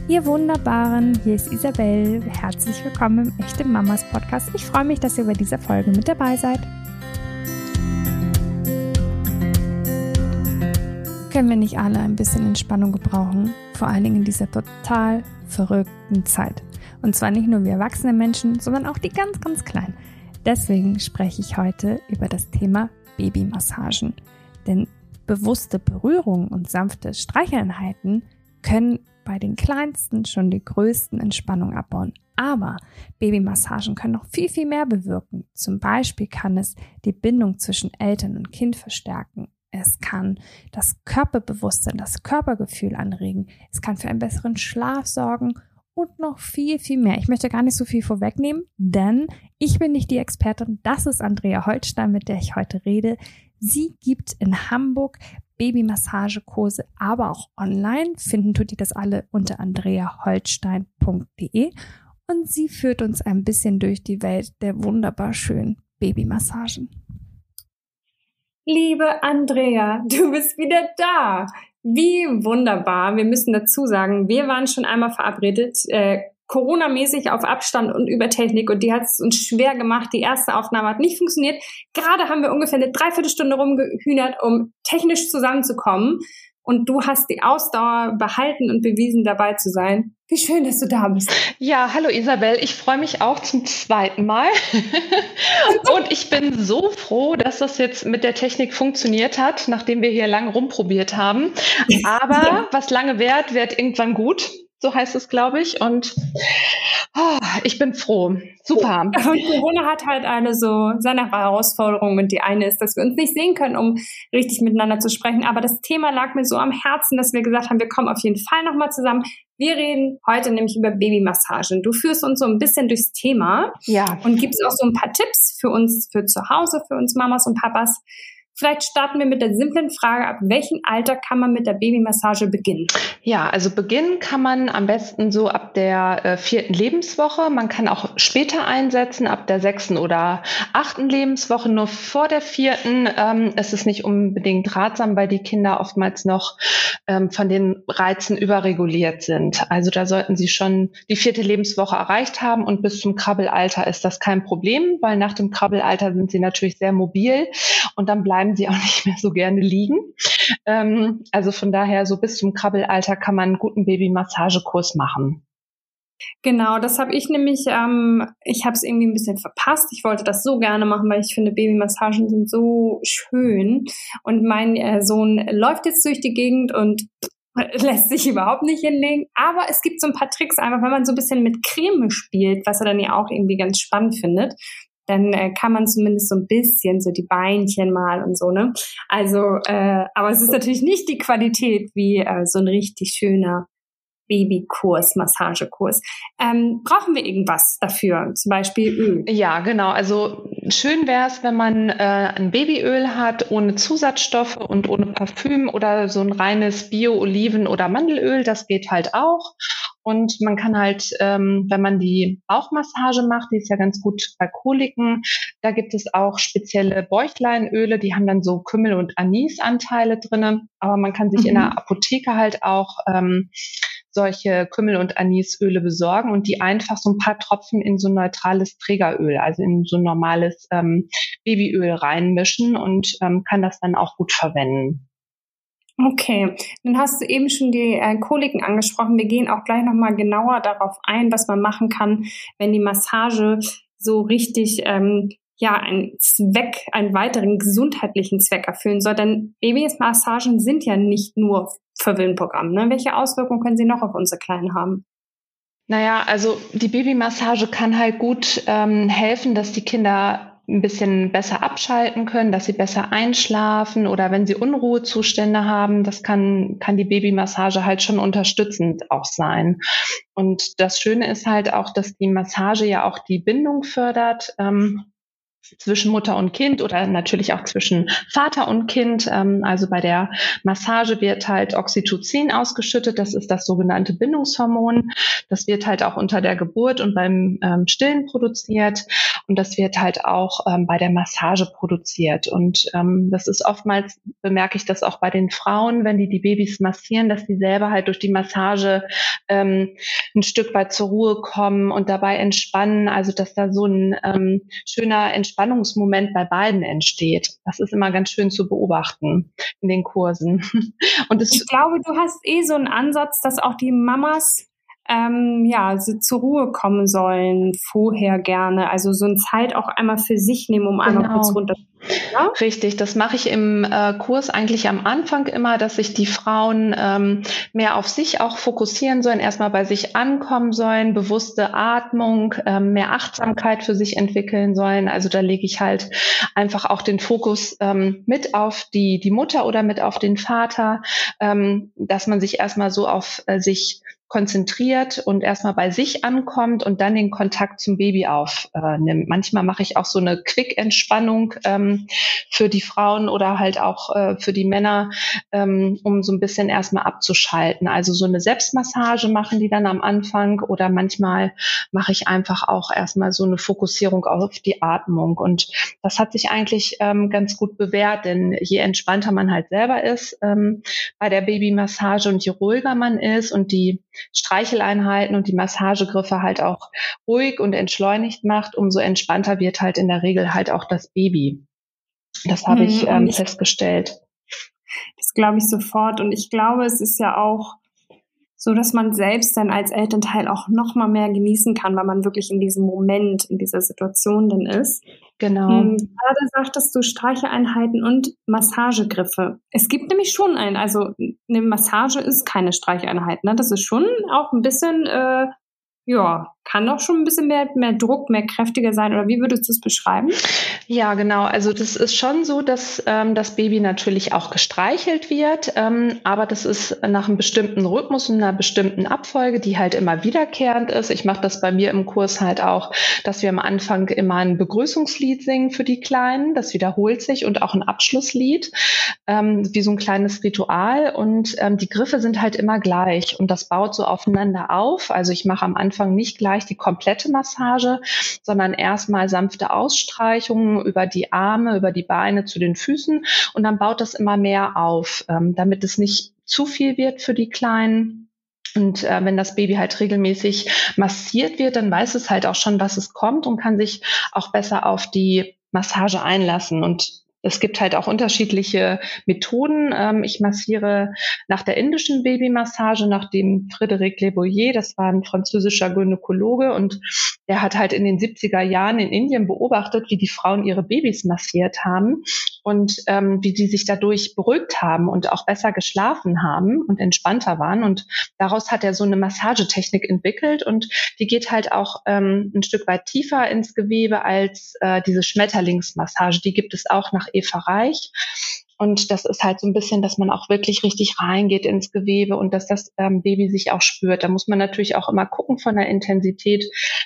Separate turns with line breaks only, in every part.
Ihr Wunderbaren, hier ist Isabel. Herzlich willkommen im Echte Mamas Podcast. Ich freue mich, dass ihr bei dieser Folge mit dabei seid. Können wir nicht alle ein bisschen Entspannung gebrauchen? Vor allen Dingen in dieser total verrückten Zeit. Und zwar nicht nur wir erwachsene Menschen, sondern auch die ganz, ganz Kleinen. Deswegen spreche ich heute über das Thema Babymassagen. Denn bewusste Berührung und sanfte Streicheleinheiten können bei den Kleinsten schon die größten Entspannung abbauen. Aber Babymassagen können noch viel, viel mehr bewirken. Zum Beispiel kann es die Bindung zwischen Eltern und Kind verstärken. Es kann das Körperbewusstsein, das Körpergefühl anregen. Es kann für einen besseren Schlaf sorgen und noch viel, viel mehr. Ich möchte gar nicht so viel vorwegnehmen, denn ich bin nicht die Expertin. Das ist Andrea Holstein, mit der ich heute rede. Sie gibt in Hamburg Babymassagekurse, aber auch online. Finden tut ihr das alle unter andreaholstein.de. Und sie führt uns ein bisschen durch die Welt der wunderbar schönen Babymassagen.
Liebe Andrea, du bist wieder da. Wie wunderbar. Wir müssen dazu sagen, wir waren schon einmal verabredet, Corona-mäßig auf Abstand und über Technik, und die hat es uns schwer gemacht. Die erste Aufnahme hat nicht funktioniert. Gerade haben wir ungefähr eine Dreiviertelstunde rumgehühnert, um technisch zusammenzukommen. Und du hast die Ausdauer behalten und bewiesen, dabei zu sein. Wie schön, dass du da bist.
Ja, hallo Isabel. Ich freue mich auch zum zweiten Mal. Und ich bin so froh, dass das jetzt mit der Technik funktioniert hat, nachdem wir hier lange rumprobiert haben. Aber was lange währt, wird irgendwann gut. So heißt es, glaube ich. Und ich bin froh. Super.
Und Corona hat halt alle so seine Herausforderungen. Und die eine ist, dass wir uns nicht sehen können, um richtig miteinander zu sprechen. Aber das Thema lag mir so am Herzen, dass wir gesagt haben, wir kommen auf jeden Fall nochmal zusammen. Wir reden heute nämlich über Babymassagen. Du führst uns so ein bisschen durchs Thema.
Ja.
Und gibst auch so ein paar Tipps für uns, für zu Hause, für uns Mamas und Papas. Vielleicht starten wir mit der simplen Frage, ab welchem Alter kann man mit der Babymassage beginnen?
Ja, also beginnen kann man am besten so ab der 4. Lebenswoche. Man kann auch später einsetzen, ab der 6. oder 8. Lebenswoche. Nur vor der 4. ist es nicht unbedingt ratsam, weil die Kinder oftmals noch von den Reizen überreguliert sind. Also da sollten sie schon die 4. Lebenswoche erreicht haben, und bis zum Krabbelalter ist das kein Problem, weil nach dem Krabbelalter sind sie natürlich sehr mobil und dann bleiben sie auch nicht mehr so gerne liegen. Also von daher, so bis zum Krabbelalter kann man einen guten Babymassagekurs machen.
Genau, das habe ich nämlich, ich habe es irgendwie ein bisschen verpasst. Ich wollte das so gerne machen, weil ich finde, Babymassagen sind so schön. Und mein Sohn läuft jetzt durch die Gegend und lässt sich überhaupt nicht hinlegen. Aber es gibt so ein paar Tricks, einfach wenn man so ein bisschen mit Creme spielt, was er dann ja auch irgendwie ganz spannend findet. Dann kann man zumindest so ein bisschen so die Beinchen mal und so, ne? Also, aber es ist natürlich nicht die Qualität wie so ein richtig schöner Babykurs, Massagekurs. Brauchen wir irgendwas dafür? Zum Beispiel Öl?
Ja, genau. Also schön wäre es, wenn man ein Babyöl hat, ohne Zusatzstoffe und ohne Parfüm, oder so ein reines Bio-Oliven- oder Mandelöl. Das geht halt auch. Und man kann halt, wenn man die Bauchmassage macht, die ist ja ganz gut bei Koliken, da gibt es auch spezielle Bäuchleinöle, die haben dann so Kümmel- und Anisanteile drinne. Aber man kann sich in der Apotheke halt auch solche Kümmel- und Anisöle besorgen und die einfach so ein paar Tropfen in so ein neutrales Trägeröl, also in so ein normales Babyöl reinmischen, und kann das dann auch gut verwenden.
Okay, dann hast du eben schon die Koliken angesprochen. Wir gehen auch gleich nochmal genauer darauf ein, was man machen kann, wenn die Massage so richtig einen weiteren gesundheitlichen Zweck erfüllen soll. Denn Babymassagen sind ja nicht nur Verwöhnprogramm. Ne? Welche Auswirkungen können sie noch auf unsere Kleinen haben?
Naja, also die Babymassage kann halt gut helfen, dass die Kinder ein bisschen besser abschalten können, dass sie besser einschlafen, oder wenn sie Unruhezustände haben, das kann die Babymassage halt schon unterstützend auch sein. Und das Schöne ist halt auch, dass die Massage ja auch die Bindung fördert zwischen Mutter und Kind oder natürlich auch zwischen Vater und Kind. Also bei der Massage wird halt Oxytocin ausgeschüttet. Das ist das sogenannte Bindungshormon. Das wird halt auch unter der Geburt und beim Stillen produziert. Und das wird halt auch bei der Massage produziert. Und das ist oftmals, bemerke ich das auch bei den Frauen, wenn die Babys massieren, dass die selber halt durch die Massage ein Stück weit zur Ruhe kommen und dabei entspannen. Also dass da so ein schöner Entspannungsmoment bei beiden entsteht. Das ist immer ganz schön zu beobachten in den Kursen. Und
ich glaube, du hast so einen Ansatz, dass auch die Mamas zur Ruhe kommen sollen vorher gerne. Also so eine Zeit auch einmal für sich nehmen, um einmal kurz runterzukommen. Ja?
Richtig, das mache ich im Kurs eigentlich am Anfang immer, dass sich die Frauen mehr auf sich auch fokussieren sollen, erstmal bei sich ankommen sollen, bewusste Atmung, mehr Achtsamkeit für sich entwickeln sollen. Also da lege ich halt einfach auch den Fokus mit auf die Mutter oder mit auf den Vater, dass man sich erstmal so auf sich konzentriert und erstmal bei sich ankommt und dann den Kontakt zum Baby aufnimmt. Manchmal mache ich auch so eine Quick-Entspannung für die Frauen oder halt auch für die Männer, um so ein bisschen erstmal abzuschalten. Also so eine Selbstmassage machen die dann am Anfang oder manchmal mache ich einfach auch erstmal so eine Fokussierung auf die Atmung. Und das hat sich eigentlich ganz gut bewährt, denn je entspannter man halt selber ist bei der Babymassage und je ruhiger man ist und die Streicheleinheiten und die Massagegriffe halt auch ruhig und entschleunigt macht, umso entspannter wird halt in der Regel halt auch das Baby. Das habe ich festgestellt.
Das glaube ich sofort. Und ich glaube, es ist ja auch so, dass man selbst dann als Elternteil auch noch mal mehr genießen kann, weil man wirklich in diesem Moment, in dieser Situation dann ist.
Genau.
Gerade sagtest du Streicheleinheiten und Massagegriffe. Es gibt nämlich schon also eine Massage ist keine Streicheinheit, ne? Das ist schon auch ein bisschen, kann auch schon ein bisschen mehr Druck, mehr kräftiger sein. Oder wie würdest du es beschreiben?
Ja, genau. Also das ist schon so, dass das Baby natürlich auch gestreichelt wird, aber das ist nach einem bestimmten Rhythmus und einer bestimmten Abfolge, die halt immer wiederkehrend ist. Ich mache das bei mir im Kurs halt auch, dass wir am Anfang immer ein Begrüßungslied singen für die Kleinen. Das wiederholt sich und auch ein Abschlusslied, wie so ein kleines Ritual. Und die Griffe sind halt immer gleich und das baut so aufeinander auf. Also ich mache am Anfang nicht gleich die komplette Massage, sondern erstmal sanfte Ausstreichungen über die Arme, über die Beine zu den Füßen und dann baut das immer mehr auf, damit es nicht zu viel wird für die Kleinen. Und wenn das Baby halt regelmäßig massiert wird, dann weiß es halt auch schon, was es kommt und kann sich auch besser auf die Massage einlassen. Und es gibt halt auch unterschiedliche Methoden. Ich massiere nach der indischen Babymassage, nach dem Frédéric Leboyer, das war ein französischer Gynäkologe und der hat halt in den 70er Jahren in Indien beobachtet, wie die Frauen ihre Babys massiert haben und wie die sich dadurch beruhigt haben und auch besser geschlafen haben und entspannter waren. Und daraus hat er so eine Massagetechnik entwickelt und die geht halt auch ein Stück weit tiefer ins Gewebe als diese Schmetterlingsmassage. Die gibt es auch nach Eva Reich. Und das ist halt so ein bisschen, dass man auch wirklich richtig reingeht ins Gewebe und dass das Baby sich auch spürt. Da muss man natürlich auch immer gucken von der Intensität,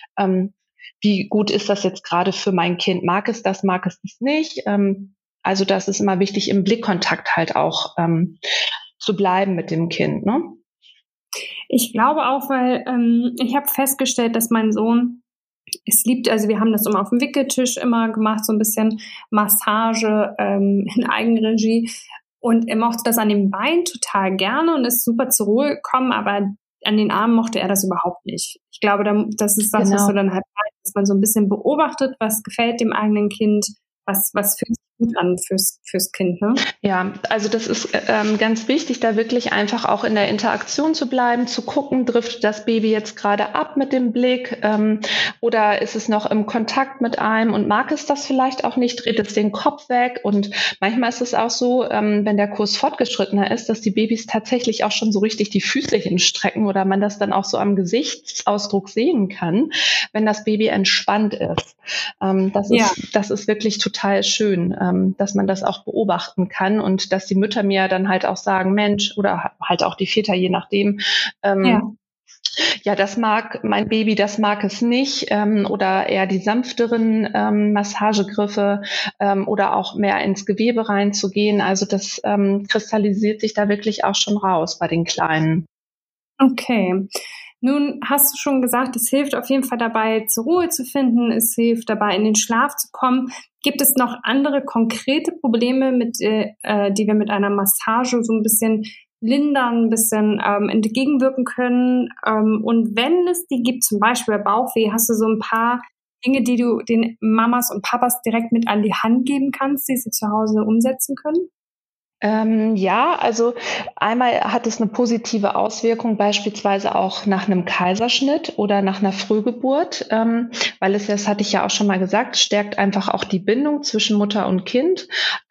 wie gut ist das jetzt gerade für mein Kind? Mag es das nicht? Also das ist immer wichtig, im Blickkontakt halt auch zu bleiben mit dem Kind, ne?
Ich glaube auch, weil ich habe festgestellt, dass mein Sohn es liebt, also wir haben das immer auf dem Wickeltisch immer gemacht, so ein bisschen Massage in Eigenregie und er mochte das an den Beinen total gerne und ist super zur Ruhe gekommen, aber an den Armen mochte er das überhaupt nicht. Ich glaube, das ist das, was du dann halt meinst, dass man so ein bisschen beobachtet, was gefällt dem eigenen Kind, was fühlt sich gut an fürs Kind, ne?
Ja, also das ist ganz wichtig, da wirklich einfach auch in der Interaktion zu bleiben, zu gucken, driftet das Baby jetzt gerade ab mit dem Blick oder ist es noch im Kontakt mit einem und mag es das vielleicht auch nicht, dreht es den Kopf weg und manchmal ist es auch so, wenn der Kurs fortgeschrittener ist, dass die Babys tatsächlich auch schon so richtig die Füße hinstrecken oder man das dann auch so am Gesichtsausdruck sehen kann, wenn das Baby entspannt ist. Das ist wirklich total schön, dass man das auch beobachten kann und dass die Mütter mir dann halt auch sagen, Mensch, oder halt auch die Väter, je nachdem, Ja, mein Baby, das mag es nicht, oder eher die sanfteren Massagegriffe, oder auch mehr ins Gewebe reinzugehen. Also das kristallisiert sich da wirklich auch schon raus bei den Kleinen.
Okay. Nun hast du schon gesagt, es hilft auf jeden Fall dabei, zur Ruhe zu finden. Es hilft dabei, in den Schlaf zu kommen. Gibt es noch andere konkrete Probleme, die wir mit einer Massage so ein bisschen lindern, ein bisschen entgegenwirken können? Und wenn es die gibt, zum Beispiel bei Bauchweh, hast du so ein paar Dinge, die du den Mamas und Papas direkt mit an die Hand geben kannst, die sie zu Hause umsetzen können?
Ja, also einmal hat es eine positive Auswirkung, beispielsweise auch nach einem Kaiserschnitt oder nach einer Frühgeburt, weil das hatte ich ja auch schon mal gesagt, stärkt einfach auch die Bindung zwischen Mutter und Kind.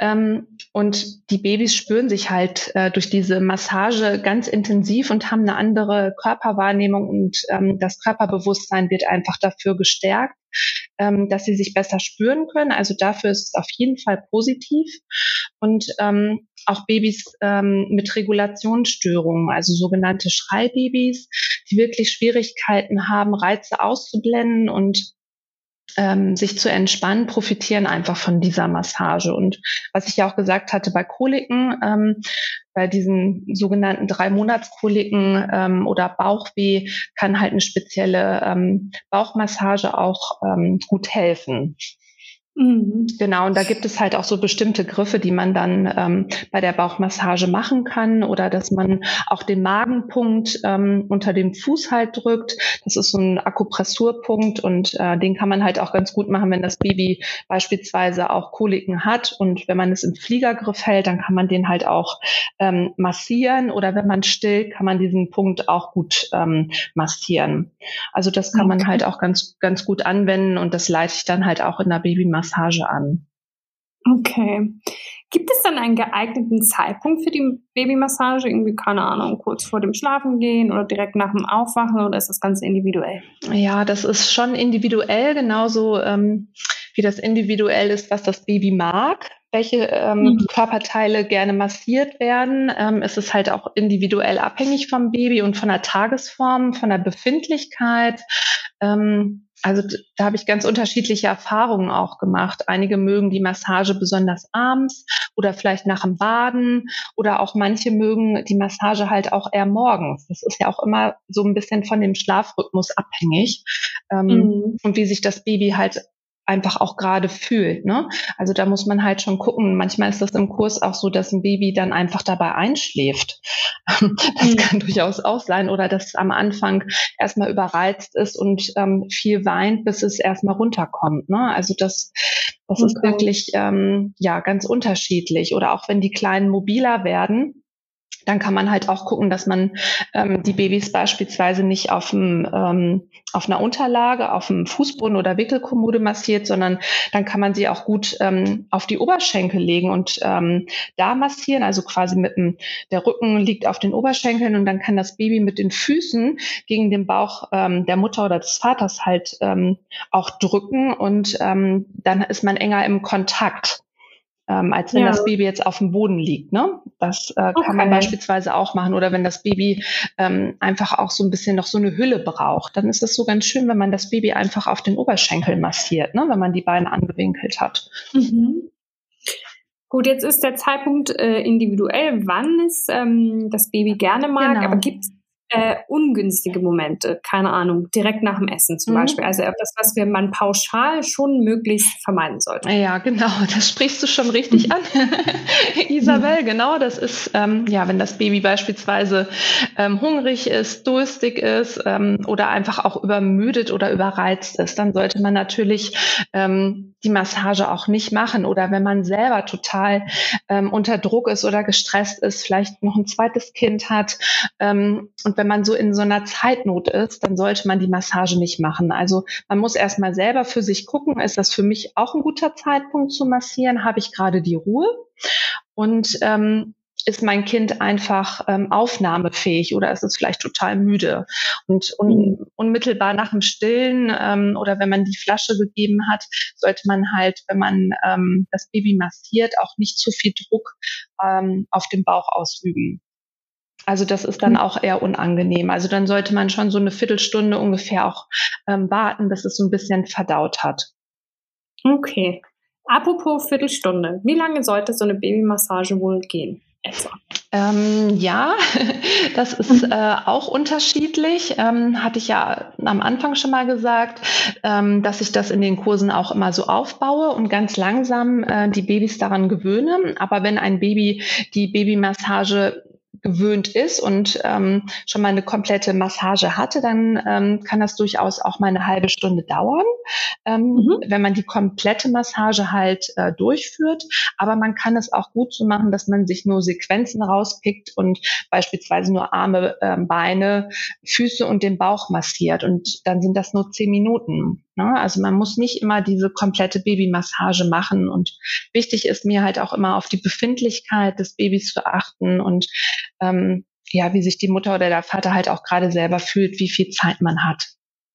Und die Babys spüren sich halt durch diese Massage ganz intensiv und haben eine andere Körperwahrnehmung, und das Körperbewusstsein wird einfach dafür gestärkt, dass sie sich besser spüren können. Also dafür ist es auf jeden Fall positiv. Und auch Babys mit Regulationsstörungen, also sogenannte Schreibabys, die wirklich Schwierigkeiten haben, Reize auszublenden und sich zu entspannen, profitieren einfach von dieser Massage. Und was ich ja auch gesagt hatte, bei Koliken, bei diesen sogenannten 3-Monats-Koliken oder Bauchweh, kann halt eine spezielle Bauchmassage auch gut helfen.
Mhm.
Genau, und da gibt es halt auch so bestimmte Griffe, die man dann bei der Bauchmassage machen kann, oder dass man auch den Magenpunkt unter dem Fuß halt drückt. Das ist so ein Akupressurpunkt, und den kann man halt auch ganz gut machen, wenn das Baby beispielsweise auch Koliken hat, und wenn man es im Fliegergriff hält, dann kann man den halt auch massieren, oder wenn man stillt, kann man diesen Punkt auch gut massieren. Also das kann man halt auch ganz, ganz gut anwenden, und das leite ich dann halt auch in der Babymassage an.
Okay. Gibt es dann einen geeigneten Zeitpunkt für die Babymassage? Irgendwie, keine Ahnung, kurz vor dem Schlafengehen oder direkt nach dem Aufwachen, oder ist das Ganze individuell?
Ja, das ist schon individuell, genauso wie das individuell ist, was das Baby mag, welche Körperteile gerne massiert werden. Es ist halt auch individuell abhängig vom Baby und von der Tagesform, von der Befindlichkeit. Also da habe ich ganz unterschiedliche Erfahrungen auch gemacht. Einige mögen die Massage besonders abends oder vielleicht nach dem Baden, oder auch manche mögen die Massage halt auch eher morgens. Das ist ja auch immer so ein bisschen von dem Schlafrhythmus abhängig, und wie sich das Baby halt einfach auch gerade fühlt, ne? Also da muss man halt schon gucken. Manchmal ist das im Kurs auch so, dass ein Baby dann einfach dabei einschläft. Das kann durchaus auch sein, oder dass es am Anfang erstmal überreizt ist und viel weint, bis es erstmal runterkommt, ne? Also das ist wirklich ganz unterschiedlich. Oder auch wenn die Kleinen mobiler werden, dann kann man halt auch gucken, dass man die Babys beispielsweise nicht auf einer Unterlage, auf dem Fußboden oder Wickelkommode massiert, sondern dann kann man sie auch gut auf die Oberschenkel legen und da massieren. Also quasi der Rücken liegt auf den Oberschenkeln, und dann kann das Baby mit den Füßen gegen den Bauch der Mutter oder des Vaters halt auch drücken, und dann ist man enger im Kontakt, als wenn das Baby jetzt auf dem Boden liegt, ne? Das kann man beispielsweise auch machen. Oder wenn das Baby einfach auch so ein bisschen noch so eine Hülle braucht, dann ist es so ganz schön, wenn man das Baby einfach auf den Oberschenkel massiert, ne? Wenn man die Beine angewinkelt hat.
Mhm. Gut, jetzt ist der Zeitpunkt individuell, wann es das Baby gerne mag, aber gibt es ungünstige Momente, keine Ahnung, direkt nach dem Essen zum Beispiel. Also etwas, was man pauschal schon möglichst vermeiden sollte.
Ja, genau, das sprichst du schon richtig an, Isabel. Genau, das ist, wenn das Baby beispielsweise hungrig ist, durstig ist oder einfach auch übermüdet oder überreizt ist, dann sollte man natürlich die Massage auch nicht machen. Oder wenn man selber total unter Druck ist oder gestresst ist, vielleicht noch ein zweites Kind hat, und wenn man so in so einer Zeitnot ist, dann sollte man die Massage nicht machen. Also man muss erstmal selber für sich gucken, ist das für mich auch ein guter Zeitpunkt zu massieren? Habe ich gerade die Ruhe? Und ist mein Kind einfach aufnahmefähig, oder ist es vielleicht total müde? Und unmittelbar nach dem Stillen oder wenn man die Flasche gegeben hat, sollte man halt, wenn man das Baby massiert, auch nicht zu viel Druck auf den Bauch ausüben. Also das ist dann auch eher unangenehm. Also dann sollte man schon so eine Viertelstunde ungefähr auch warten, bis es so ein bisschen verdaut hat.
Okay. Apropos Viertelstunde. Wie lange sollte so eine Babymassage wohl gehen?
Ja, das ist auch unterschiedlich. Hatte ich ja am Anfang schon mal gesagt, dass ich das in den Kursen auch immer so aufbaue und ganz langsam die Babys daran gewöhne. Aber wenn ein Baby die Babymassage gewöhnt ist und schon mal eine komplette Massage hatte, dann kann das durchaus auch mal eine halbe Stunde dauern, wenn man die komplette Massage halt durchführt. Aber man kann es auch gut so machen, dass man sich nur Sequenzen rauspickt und beispielsweise nur Arme, Beine, Füße und den Bauch massiert. Und dann sind das nur 10 Minuten. Ne? Also man muss nicht immer diese komplette Babymassage machen. Und wichtig ist mir halt auch immer auf die Befindlichkeit des Babys zu achten und wie sich die Mutter oder der Vater halt auch gerade selber fühlt, wie viel Zeit man hat.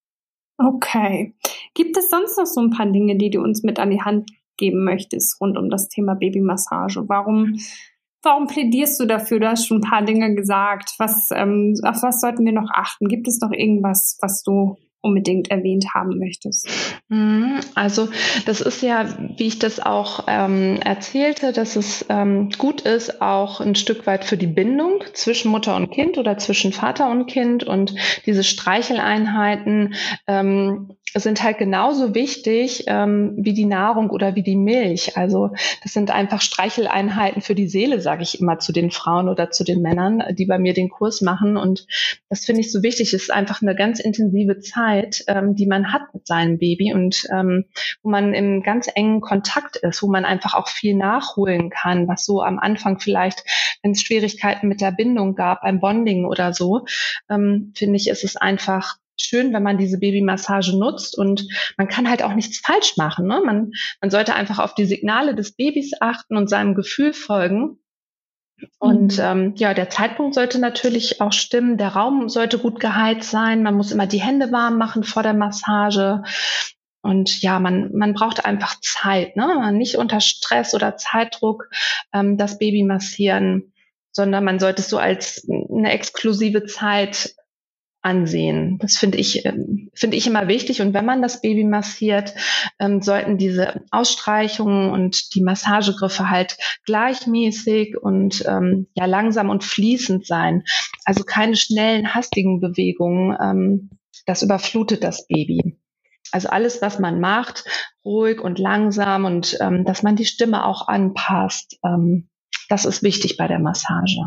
Okay. Gibt es sonst noch so ein paar Dinge, die du uns mit an die Hand geben möchtest rund um das Thema Babymassage? Warum plädierst du dafür? Du hast schon ein paar Dinge gesagt. Auf was sollten wir noch achten? Gibt es noch irgendwas, was du unbedingt erwähnt haben möchtest?
Also das ist ja, wie ich das auch erzählte, dass es gut ist, auch ein Stück weit für die Bindung zwischen Mutter und Kind oder zwischen Vater und Kind, und diese Streicheleinheiten sind halt genauso wichtig wie die Nahrung oder wie die Milch. Also das sind einfach Streicheleinheiten für die Seele, sage ich immer zu den Frauen oder zu den Männern, die bei mir den Kurs machen. Und das finde ich so wichtig. Es ist einfach eine ganz intensive Zeit, die man hat mit seinem Baby und wo man im ganz engen Kontakt ist, wo man einfach auch viel nachholen kann, was so am Anfang vielleicht, wenn es Schwierigkeiten mit der Bindung gab, beim Bonding oder so, finde ich, ist es einfach schön, wenn man diese Babymassage nutzt, und man kann halt auch nichts falsch machen. Ne? Man sollte einfach auf die Signale des Babys achten und seinem Gefühl folgen. Und der Zeitpunkt sollte natürlich auch stimmen. Der Raum sollte gut geheizt sein. Man muss immer die Hände warm machen vor der Massage. Und ja, man braucht einfach Zeit, ne? Nicht unter Stress oder Zeitdruck das Baby massieren, sondern man sollte es so als eine exklusive Zeit ansehen. Das finde ich immer wichtig. Und wenn man das Baby massiert, sollten diese Ausstreichungen und die Massagegriffe halt gleichmäßig und langsam und fließend sein. Also keine schnellen, hastigen Bewegungen. Das überflutet das Baby. Also alles, was man macht, ruhig und langsam, und dass man die Stimme auch anpasst. Das ist wichtig bei der Massage.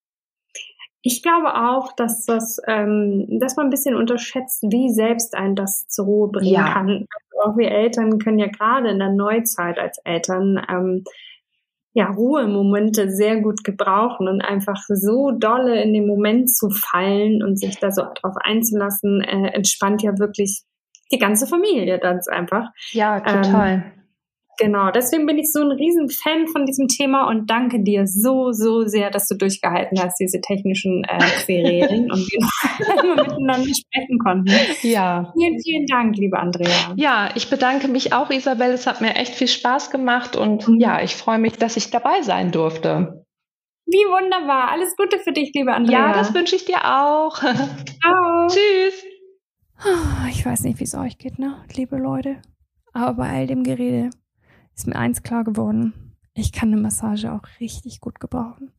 Ich glaube auch, dass man ein bisschen unterschätzt, wie selbst einen das zur Ruhe bringen kann. Also auch wir Eltern können ja gerade in der Neuzeit als Eltern Ruhemomente sehr gut gebrauchen, und einfach so dolle in den Moment zu fallen und sich da so drauf einzulassen, entspannt ja wirklich die ganze Familie ganz einfach.
Ja, total.
Genau, deswegen bin ich so ein riesen Fan von diesem Thema und danke dir so, so sehr, dass du durchgehalten hast, diese technischen Querelen, und wir miteinander sprechen konnten.
Ja.
Vielen, vielen Dank, liebe Andrea.
Ja, ich bedanke mich auch, Isabel. Es hat mir echt viel Spaß gemacht, und ich freue mich, dass ich dabei sein durfte.
Wie wunderbar. Alles Gute für dich, liebe Andrea.
Ja, das wünsche ich dir auch.
Ciao.
Tschüss.
Ich weiß nicht, wie es euch geht, ne, liebe Leute. Aber bei all dem Gerede ist mir eins klar geworden: Ich kann eine Massage auch richtig gut gebrauchen.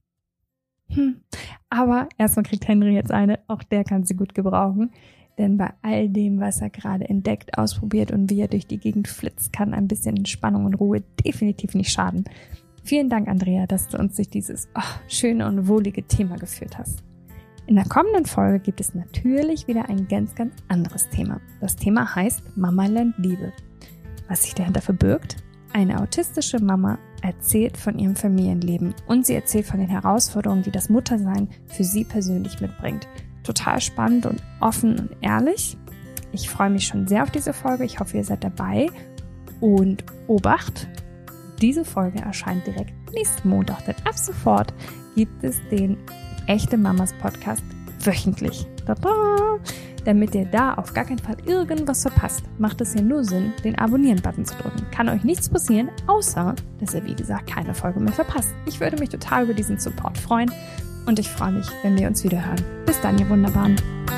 Aber erstmal kriegt Henry jetzt eine, auch der kann sie gut gebrauchen. Denn bei all dem, was er gerade entdeckt, ausprobiert und wie er durch die Gegend flitzt, kann ein bisschen Entspannung und Ruhe definitiv nicht schaden. Vielen Dank, Andrea, dass du uns durch dieses schöne und wohlige Thema geführt hast. In der kommenden Folge gibt es natürlich wieder ein ganz, ganz anderes Thema. Das Thema heißt Mama lernt Liebe. Was sich dahinter verbirgt? Eine autistische Mama erzählt von ihrem Familienleben und sie erzählt von den Herausforderungen, die das Muttersein für sie persönlich mitbringt. Total spannend und offen und ehrlich. Ich freue mich schon sehr auf diese Folge. Ich hoffe, ihr seid dabei. Und Obacht, diese Folge erscheint direkt nächsten Montag, denn ab sofort gibt es den Echte Mamas Podcast wöchentlich. Tada! Damit ihr da auf gar keinen Fall irgendwas verpasst, macht es ja nur Sinn, den Abonnieren-Button zu drücken. Kann euch nichts passieren, außer, dass ihr, wie gesagt, keine Folge mehr verpasst. Ich würde mich total über diesen Support freuen. und ich freue mich, wenn wir uns wieder hören. Bis dann, ihr Wunderbaren.